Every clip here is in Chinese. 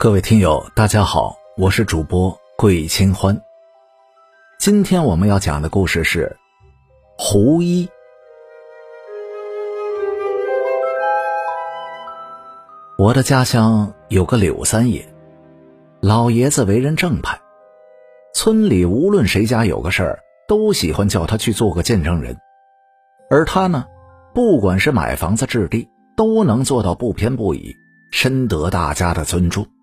各位听友大家好，我是主播桂清欢。今天我们要讲的故事是胡一。我的家乡有个柳三爷，老爷子为人正派，村里无论谁家有个事儿，都喜欢叫他去做个见证人。而他呢，不管是买房子置地，都能做到不偏不倚，深得大家的尊重。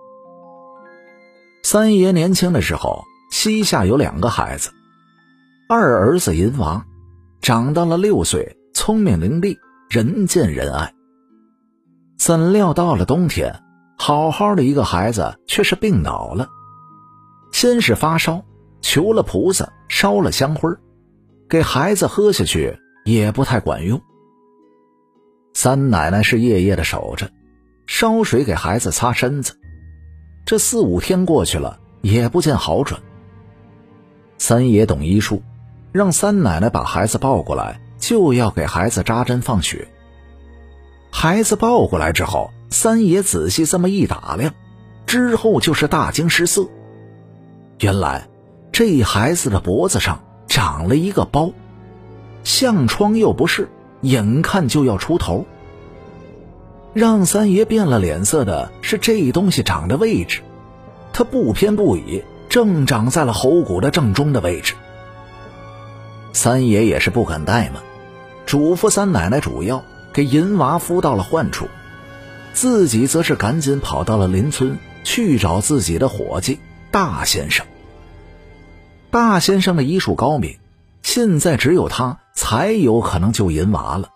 三爷年轻的时候，膝下有2个孩子，二儿子银娃，长到了6岁，聪明伶俐，人见人爱。怎料到了冬天，好好的一个孩子却是病倒了。先是发烧，求了菩萨，烧了香灰，给孩子喝下去也不太管用。三奶奶是夜夜的守着，烧水给孩子擦身子。这4、5天过去了，也不见好转。三爷懂医术，让三奶奶把孩子抱过来，就要给孩子扎针放血。孩子抱过来之后，三爷仔细这么一打量，之后就是大惊失色。原来这孩子的脖子上长了一个包，像疮又不是，眼看就要出头。让三爷变了脸色的是这东西长的位置，它不偏不倚，正长在了喉骨的正中的位置。三爷也是不敢怠慢，嘱咐三奶奶煮药，给银娃敷到了患处，自己则是赶紧跑到了邻村去找自己的伙计大先生。大先生的医术高明，现在只有他才有可能救银娃了。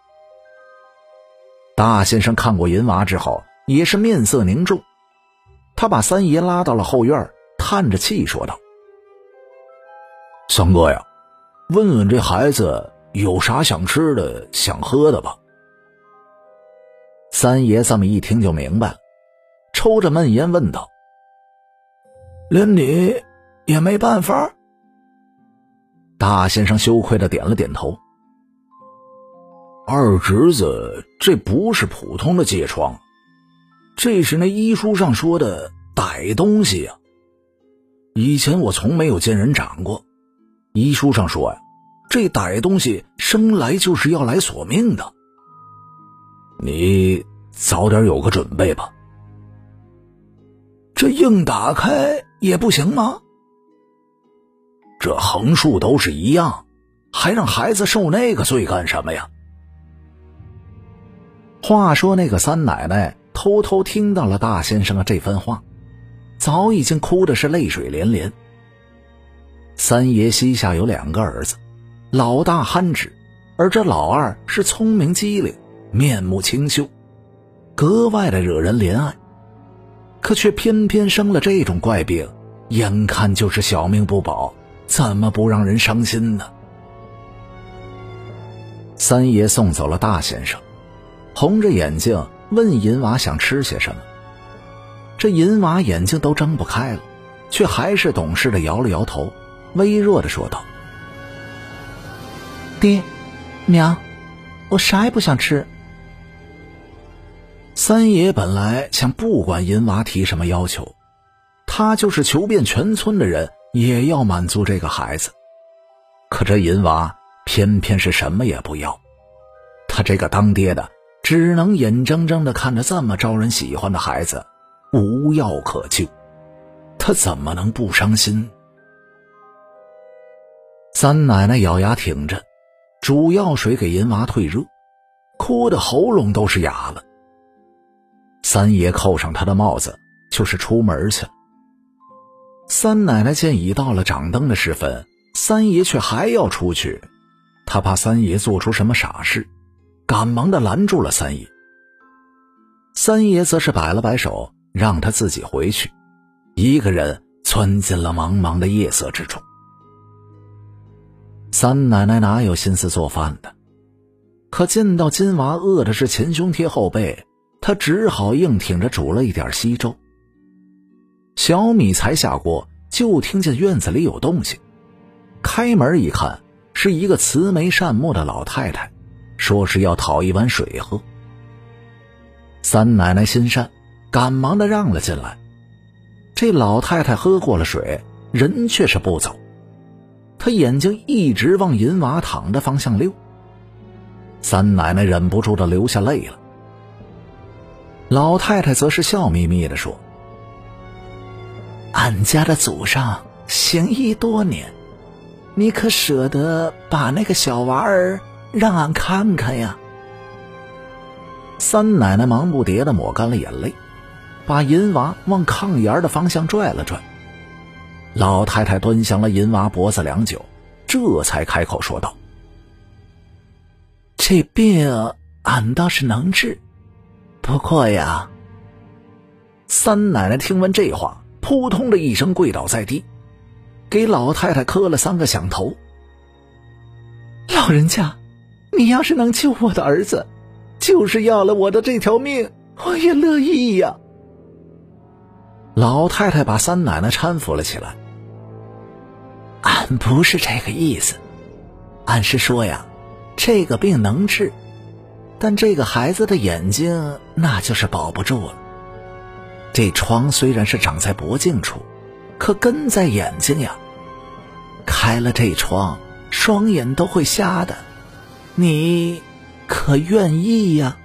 大先生看过银娃之后，也是面色凝重，他把三爷拉到了后院，叹着气说道：三哥呀，问问这孩子有啥想吃的想喝的吧。三爷这么一听就明白了，抽着闷烟问道：连你也没办法？大先生羞愧地点了点头。二侄子，这不是普通的疥疮，这是那医书上说的歹东西呀。以前我从没有见人长过，医书上说呀，这歹东西生来就是要来索命的。你早点有个准备吧。这硬打开也不行吗？这横竖都是一样，还让孩子受那个罪干什么呀？话说那个三奶奶偷偷听到了大先生的这番话，早已经哭的是泪水连连。三爷膝下有2个儿子，老大憨直，而这老二是聪明机灵，面目清秀，格外的惹人怜爱，可却偏偏生了这种怪病，眼看就是小命不保，怎么不让人伤心呢？三爷送走了大先生，红着眼睛问银娃想吃些什么。这银娃眼睛都睁不开了，却还是懂事的摇了摇头，微弱的说道：爹娘，我啥也不想吃。三爷本来想不管银娃提什么要求，他就是求遍全村的人也要满足这个孩子，可这银娃偏偏是什么也不要。他这个当爹的只能眼睁睁地看着这么招人喜欢的孩子无药可救，他怎么能不伤心？三奶奶咬牙挺着，煮药水给银娃退热，哭得喉咙都是哑了。三爷扣上他的帽子，就是出门去了。三奶奶见已到了掌灯的时分，三爷却还要出去，他怕三爷做出什么傻事，赶忙地拦住了三爷。三爷则是摆了摆手，让他自己回去，一个人钻进了茫茫的夜色之中。三奶奶哪有心思做饭的，可见到金娃饿的是前胸贴后背，她只好硬挺着煮了一点稀粥。小米才下锅，就听见院子里有动静，开门一看，是一个慈眉善目的老太太，说是要讨一碗水喝。三奶奶心善，赶忙的让了进来， 这老太太喝过了水，人却是不走，她眼睛一直往银娃躺的方向溜。三奶奶忍不住的流下泪了。老太太则是笑眯眯地说：“俺家的祖上行医多年，你可舍得把那个小娃儿让俺看看呀？”三奶奶忙不迭地抹干了眼泪，把银娃往炕沿的方向拽了拽。老太太端详了银娃脖子良久，这才开口说道：“这病俺倒是能治，不过呀……”三奶奶听闻这话，扑通的一声跪倒在地，给老太太磕了3个响头：“老人家，你要是能救我的儿子，就是要了我的这条命，我也乐意呀。”老太太把三奶奶搀扶了起来：“俺不是这个意思，俺是说呀，这个病能治，但这个孩子的眼睛那就是保不住了。这疮虽然是长在脖颈处，可根在眼睛呀，开了这疮，双眼都会瞎的，你可愿意呀？”